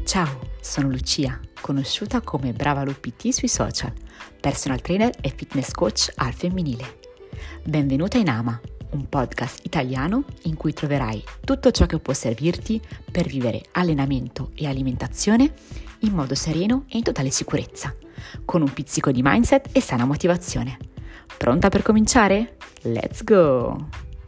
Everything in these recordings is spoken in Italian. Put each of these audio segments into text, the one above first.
Ciao, sono Lucia, conosciuta come Brava Lu PT sui social, personal trainer e fitness coach al femminile. Benvenuta in Ama, un podcast italiano in cui troverai tutto ciò che può servirti per vivere allenamento e alimentazione in modo sereno e in totale sicurezza, con un pizzico di mindset e sana motivazione. Pronta per cominciare? Let's go!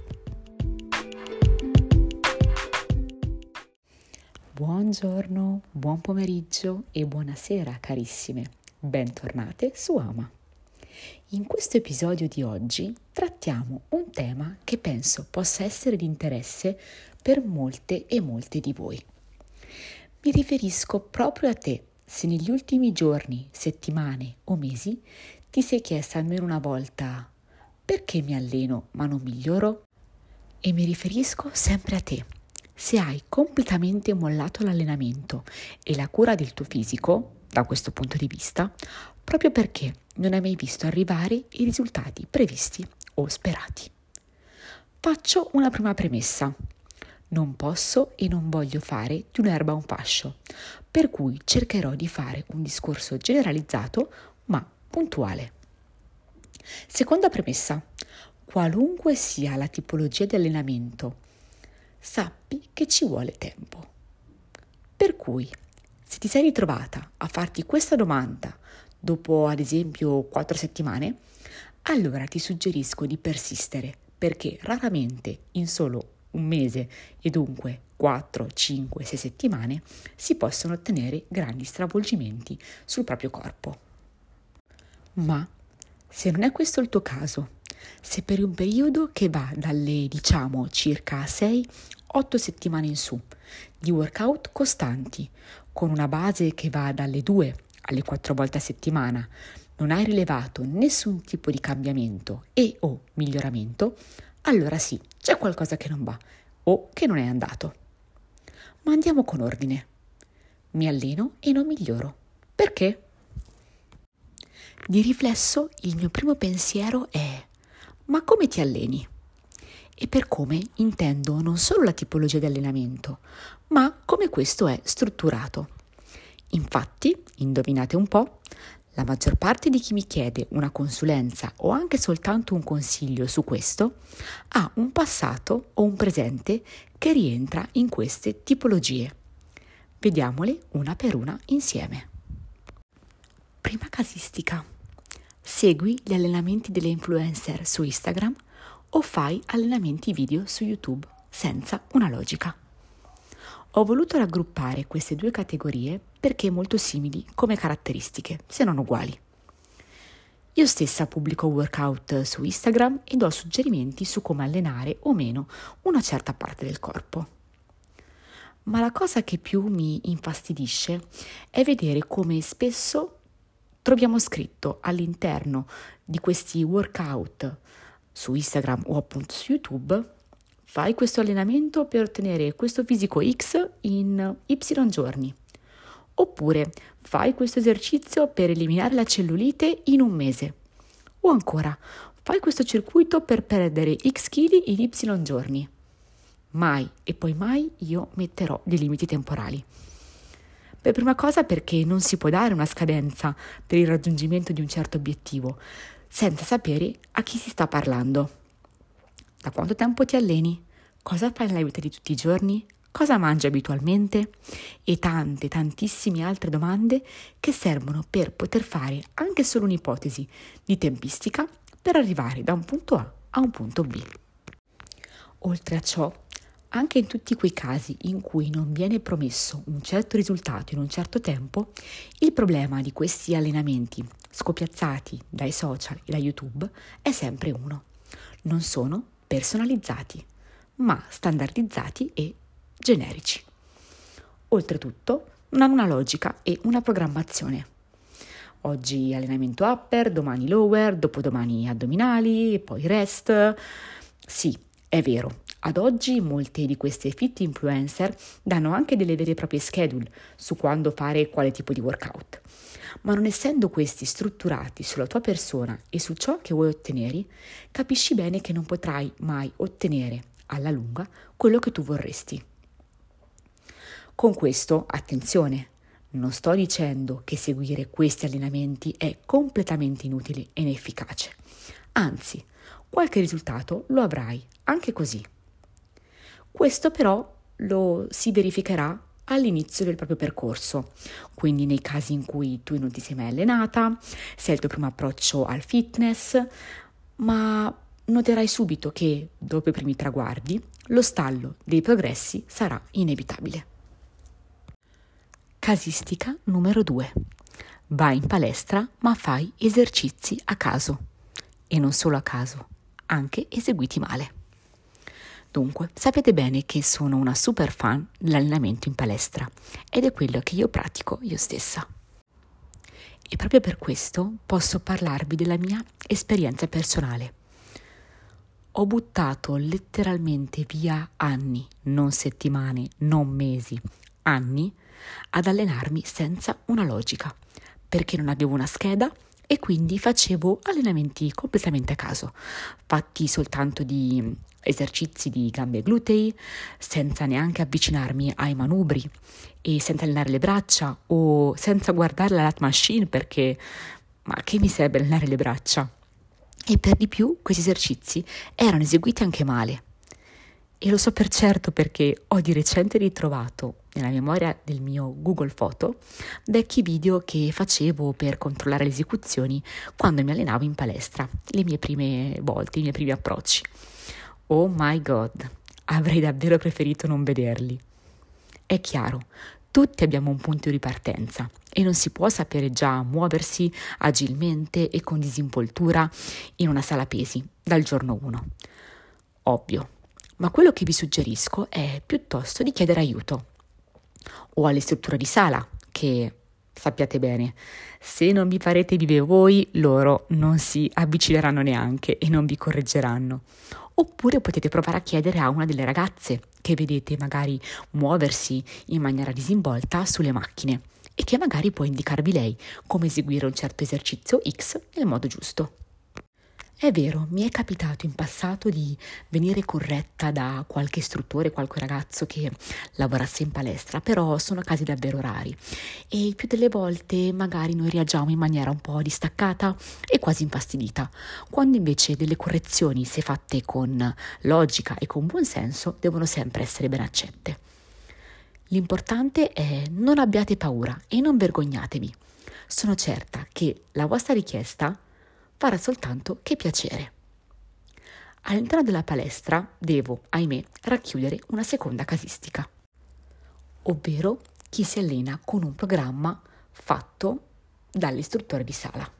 Buongiorno, buon pomeriggio e buonasera carissime, bentornate su Ama. In questo episodio di oggi trattiamo un tema che penso possa essere di interesse per molte e molte di voi. Mi riferisco proprio a te, se negli ultimi giorni, settimane o mesi ti sei chiesta almeno una volta perché mi alleno ma non miglioro? E mi riferisco sempre a te. Se hai completamente mollato l'allenamento e la cura del tuo fisico, da questo punto di vista, proprio perché non hai mai visto arrivare i risultati previsti o sperati. Faccio una prima premessa. Non posso e non voglio fare di un'erba un fascio, per cui cercherò di fare un discorso generalizzato ma puntuale. Seconda premessa. Qualunque sia la tipologia di allenamento, sappi che ci vuole tempo. Per cui, se ti sei ritrovata a farti questa domanda dopo ad esempio 4 settimane, allora ti suggerisco di persistere, perché raramente in solo un mese e dunque 4, 5, 6 settimane si possono ottenere grandi stravolgimenti sul proprio corpo. Ma se non è questo il tuo caso, se per un periodo che va dalle circa 6-8 settimane in su di workout costanti, con una base che va dalle 2 alle 4 volte a settimana, non hai rilevato nessun tipo di cambiamento e o miglioramento, allora sì, c'è qualcosa che non va o che non è andato. Ma andiamo con ordine. Mi alleno e non miglioro. Perché? Di riflesso, il mio primo pensiero è: ma come ti alleni? E per come intendo non solo la tipologia di allenamento, ma come questo è strutturato. Infatti, indovinate un po', la maggior parte di chi mi chiede una consulenza o anche soltanto un consiglio su questo ha un passato o un presente che rientra in queste tipologie. Vediamole una per una insieme. Prima casistica. Segui gli allenamenti delle influencer su Instagram o fai allenamenti video su YouTube senza una logica. Ho voluto raggruppare queste due categorie perché molto simili come caratteristiche, se non uguali. Io stessa pubblico workout su Instagram e do suggerimenti su come allenare o meno una certa parte del corpo. Ma la cosa che più mi infastidisce è vedere come spesso troviamo scritto all'interno di questi workout su Instagram o appunto su YouTube: fai questo allenamento per ottenere questo fisico X in Y giorni, oppure fai questo esercizio per eliminare la cellulite in un mese, o ancora fai questo circuito per perdere X kg in Y giorni. Mai e poi mai io metterò dei limiti temporali. Per prima cosa perché non si può dare una scadenza per il raggiungimento di un certo obiettivo senza sapere a chi si sta parlando. Da quanto tempo ti alleni? Cosa fai nella vita di tutti i giorni? Cosa mangi abitualmente? E tantissime altre domande che servono per poter fare anche solo un'ipotesi di tempistica per arrivare da un punto A a un punto B. Oltre a ciò, anche in tutti quei casi in cui non viene promesso un certo risultato in un certo tempo, il problema di questi allenamenti scopiazzati dai social e da YouTube è sempre uno: non sono personalizzati, ma standardizzati e generici. Oltretutto, non hanno una logica e una programmazione. Oggi allenamento upper, domani lower, dopodomani addominali e poi rest. Sì, è vero. Ad oggi molte di queste fit influencer danno anche delle vere e proprie schedule su quando fare quale tipo di workout, ma non essendo questi strutturati sulla tua persona e su ciò che vuoi ottenere, capisci bene che non potrai mai ottenere alla lunga quello che tu vorresti. Con questo, attenzione, non sto dicendo che seguire questi allenamenti è completamente inutile e inefficace. Anzi, qualche risultato lo avrai anche così. Questo però lo si verificherà all'inizio del proprio percorso, quindi nei casi in cui tu non ti sei mai allenata, se è il tuo primo approccio al fitness, ma noterai subito che dopo i primi traguardi lo stallo dei progressi sarà inevitabile. Casistica numero 2. Vai in palestra ma fai esercizi a caso. E non solo a caso, anche eseguiti male. Dunque, sapete bene che sono una super fan dell'allenamento in palestra ed è quello che io pratico io stessa. E proprio per questo posso parlarvi della mia esperienza personale. Ho buttato letteralmente via anni, non settimane, non mesi, anni, ad allenarmi senza una logica, perché non avevo una scheda e quindi facevo allenamenti completamente a caso, fatti soltanto di esercizi di gambe e glutei, senza neanche avvicinarmi ai manubri e senza allenare le braccia o senza guardare la lat machine perché ma che mi serve allenare le braccia? E per di più questi esercizi erano eseguiti anche male. E lo so per certo perché ho di recente ritrovato nella memoria del mio Google Foto vecchi video che facevo per controllare le esecuzioni quando mi allenavo in palestra, le mie prime volte, i miei primi approcci. Oh my God, avrei davvero preferito non vederli. È chiaro, tutti abbiamo un punto di partenza e non si può sapere già muoversi agilmente e con disinvoltura in una sala pesi dal giorno 1. Ovvio, ma quello che vi suggerisco è piuttosto di chiedere aiuto o all'istruttore di sala che, sappiate bene, se non vi farete vive voi, loro non si avvicineranno neanche e non vi correggeranno. Oppure potete provare a chiedere a una delle ragazze che vedete magari muoversi in maniera disinvolta sulle macchine e che magari può indicarvi lei come eseguire un certo esercizio X nel modo giusto. È vero, mi è capitato in passato di venire corretta da qualche istruttore, qualche ragazzo che lavorasse in palestra, però sono casi davvero rari e il più delle volte magari noi reagiamo in maniera un po' distaccata e quasi infastidita, quando invece delle correzioni, se fatte con logica e con buon senso, devono sempre essere ben accette. L'importante è non abbiate paura e non vergognatevi. Sono certa che la vostra richiesta farà soltanto che piacere. All'interno della palestra devo, ahimè, racchiudere una seconda casistica, ovvero chi si allena con un programma fatto dall'istruttore di sala.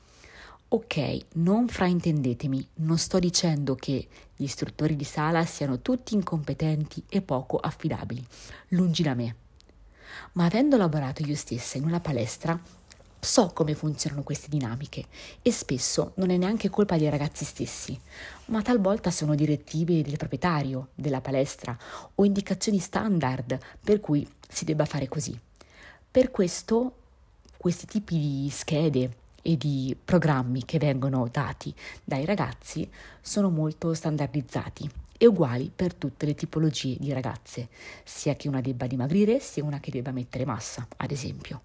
Ok, non fraintendetemi, non sto dicendo che gli istruttori di sala siano tutti incompetenti e poco affidabili, lungi da me. Ma avendo lavorato io stessa in una palestra, so come funzionano queste dinamiche e spesso non è neanche colpa dei ragazzi stessi, ma talvolta sono direttive del proprietario della palestra o indicazioni standard per cui si debba fare così. Per questo questi tipi di schede e di programmi che vengono dati dai ragazzi sono molto standardizzati e uguali per tutte le tipologie di ragazze, sia che una debba dimagrire sia una che debba mettere massa, ad esempio.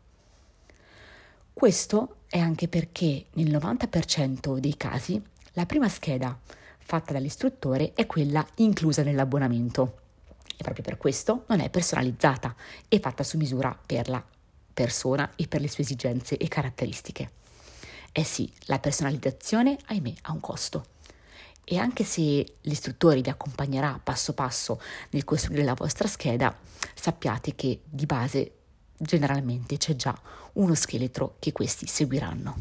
Questo è anche perché nel 90% dei casi la prima scheda fatta dall'istruttore è quella inclusa nell'abbonamento e proprio per questo non è personalizzata, è fatta su misura per la persona e per le sue esigenze e caratteristiche. Eh sì, la personalizzazione, ahimè, ha un costo. E anche se l'istruttore vi accompagnerà passo passo nel costruire la vostra scheda, sappiate che di base generalmente c'è già uno scheletro che questi seguiranno.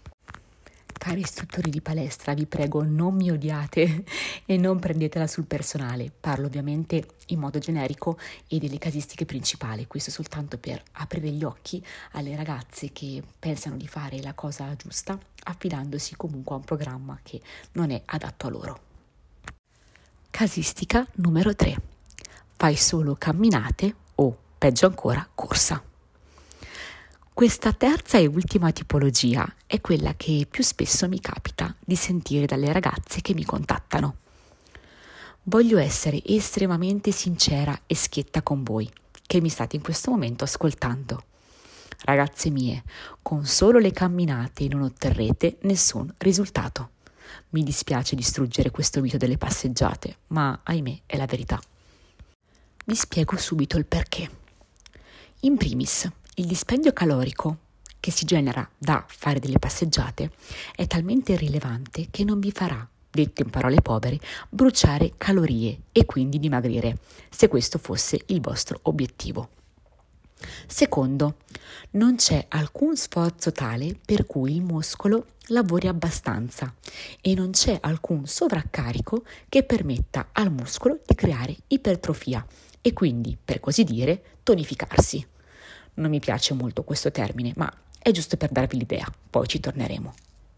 Cari istruttori di palestra, vi prego non mi odiate e non prendetela sul personale. Parlo ovviamente in modo generico e delle casistiche principali, questo soltanto per aprire gli occhi alle ragazze che pensano di fare la cosa giusta, affidandosi comunque a un programma che non è adatto a loro. Casistica numero 3. Fai solo camminate o, peggio ancora, corsa. Questa terza e ultima tipologia è quella che più spesso mi capita di sentire dalle ragazze che mi contattano. Voglio essere estremamente sincera e schietta con voi. che mi state in questo momento ascoltando. Ragazze mie, con solo le camminate non otterrete nessun risultato. Mi dispiace distruggere questo mito delle passeggiate, ma ahimè è la verità. Vi spiego subito il perché. In primis, il dispendio calorico che si genera da fare delle passeggiate è talmente irrilevante che non vi farà, detto in parole povere, bruciare calorie e quindi dimagrire, se questo fosse il vostro obiettivo. Secondo, non c'è alcun sforzo tale per cui il muscolo lavori abbastanza e non c'è alcun sovraccarico che permetta al muscolo di creare ipertrofia e quindi, per così dire, tonificarsi. Non mi piace molto questo termine, ma è giusto per darvi l'idea, poi ci torneremo.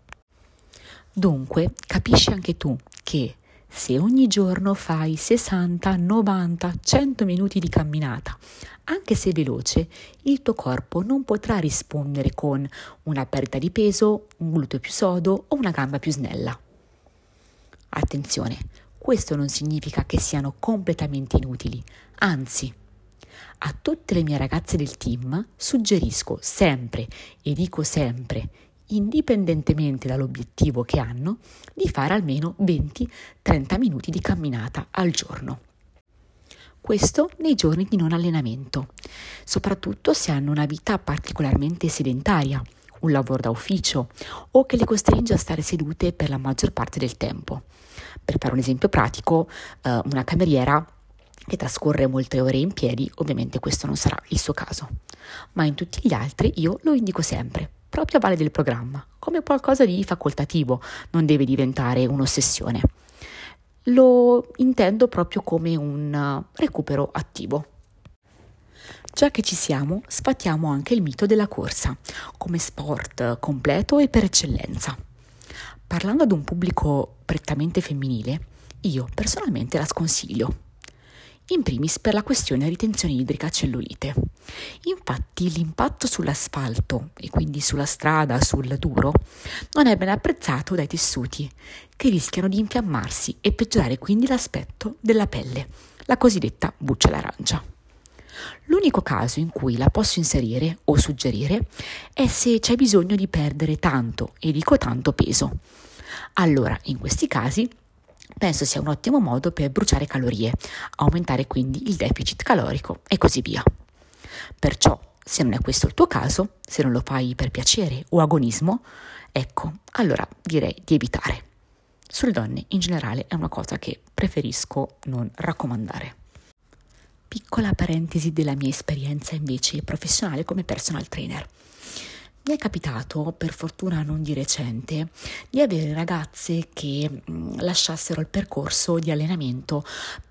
Dunque, capisci anche tu che se ogni giorno fai 60, 90, 100 minuti di camminata, anche se veloce, il tuo corpo non potrà rispondere con una perdita di peso, un gluteo più sodo o una gamba più snella. Attenzione, questo non significa che siano completamente inutili, anzi, a tutte le mie ragazze del team suggerisco sempre, e dico sempre, indipendentemente dall'obiettivo che hanno, di fare almeno 20-30 minuti di camminata al giorno. Questo nei giorni di non allenamento, soprattutto se hanno una vita particolarmente sedentaria, un lavoro da ufficio o che le costringe a stare sedute per la maggior parte del tempo. Per fare un esempio pratico, una cameriera che trascorre molte ore in piedi, ovviamente questo non sarà il suo caso, ma in tutti gli altri io lo indico sempre, proprio a valle del programma, come qualcosa di facoltativo, non deve diventare un'ossessione. Lo intendo proprio come un recupero attivo. Già che ci siamo, sfatiamo anche il mito della corsa, come sport completo e per eccellenza. Parlando ad un pubblico prettamente femminile, io personalmente la sconsiglio. In primis per la questione ritenzione idrica cellulite. Infatti l'impatto sull'asfalto e quindi sulla strada, sul duro, non è ben apprezzato dai tessuti, che rischiano di infiammarsi e peggiorare quindi l'aspetto della pelle, la cosiddetta buccia d'arancia. L'unico caso in cui la posso inserire o suggerire è se c'è bisogno di perdere tanto, e dico tanto peso. Allora, in questi casi, penso sia un ottimo modo per bruciare calorie, aumentare quindi il deficit calorico e così via. Perciò, se non è questo il tuo caso, se non lo fai per piacere o agonismo, ecco, allora direi di evitare. Sulle donne in generale è una cosa che preferisco non raccomandare. Piccola parentesi della mia esperienza invece professionale come personal trainer. Mi è capitato, per fortuna non di recente, di avere ragazze che lasciassero il percorso di allenamento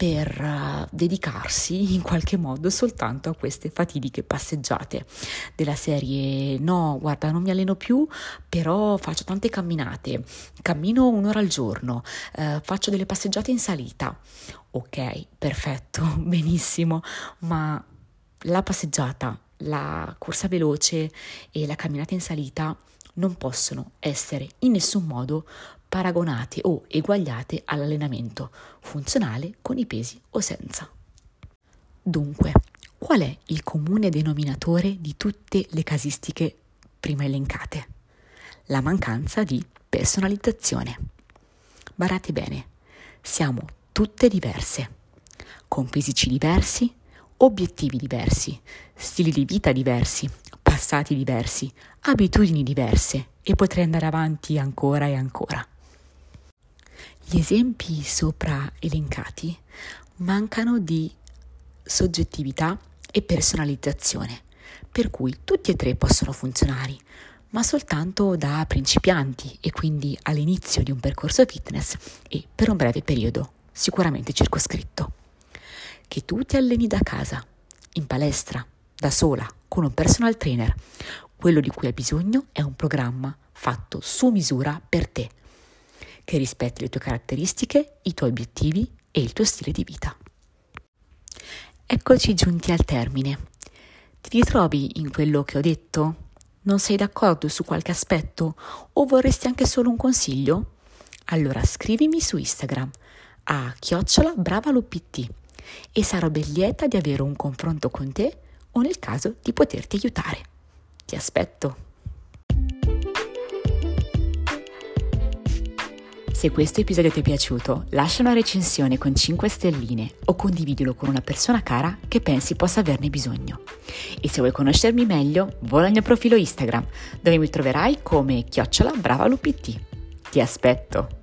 per dedicarsi in qualche modo soltanto a queste fatidiche passeggiate della serie no, guarda, non mi alleno più, però faccio tante camminate, cammino un'ora al giorno, faccio delle passeggiate in salita. Ok, perfetto, benissimo, ma la passeggiata, la corsa veloce e la camminata in salita non possono essere in nessun modo paragonate o eguagliate all'allenamento funzionale con i pesi o senza. Dunque, qual è il comune denominatore di tutte le casistiche prima elencate? La mancanza di personalizzazione. Badate bene, siamo tutte diverse, con fisici diversi, obiettivi diversi, stili di vita diversi, passati diversi, abitudini diverse e potrei andare avanti ancora e ancora. Gli esempi sopra elencati mancano di soggettività e personalizzazione, per cui tutti e tre possono funzionare, ma soltanto da principianti e quindi all'inizio di un percorso fitness e per un breve periodo, sicuramente circoscritto. Che tu ti alleni da casa, in palestra, da sola, con un personal trainer, quello di cui hai bisogno è un programma fatto su misura per te, che rispetti le tue caratteristiche, i tuoi obiettivi e il tuo stile di vita. Eccoci giunti al termine. Ti ritrovi in quello che ho detto? Non sei d'accordo su qualche aspetto o vorresti anche solo un consiglio? Allora scrivimi su Instagram a @bravalupt e sarò ben lieta di avere un confronto con te o nel caso di poterti aiutare. Ti aspetto! Se questo episodio ti è piaciuto, lascia una recensione con 5 stelline o condividilo con una persona cara che pensi possa averne bisogno. E se vuoi conoscermi meglio, vola al mio profilo Instagram, dove mi troverai come @bravalupt. Ti aspetto!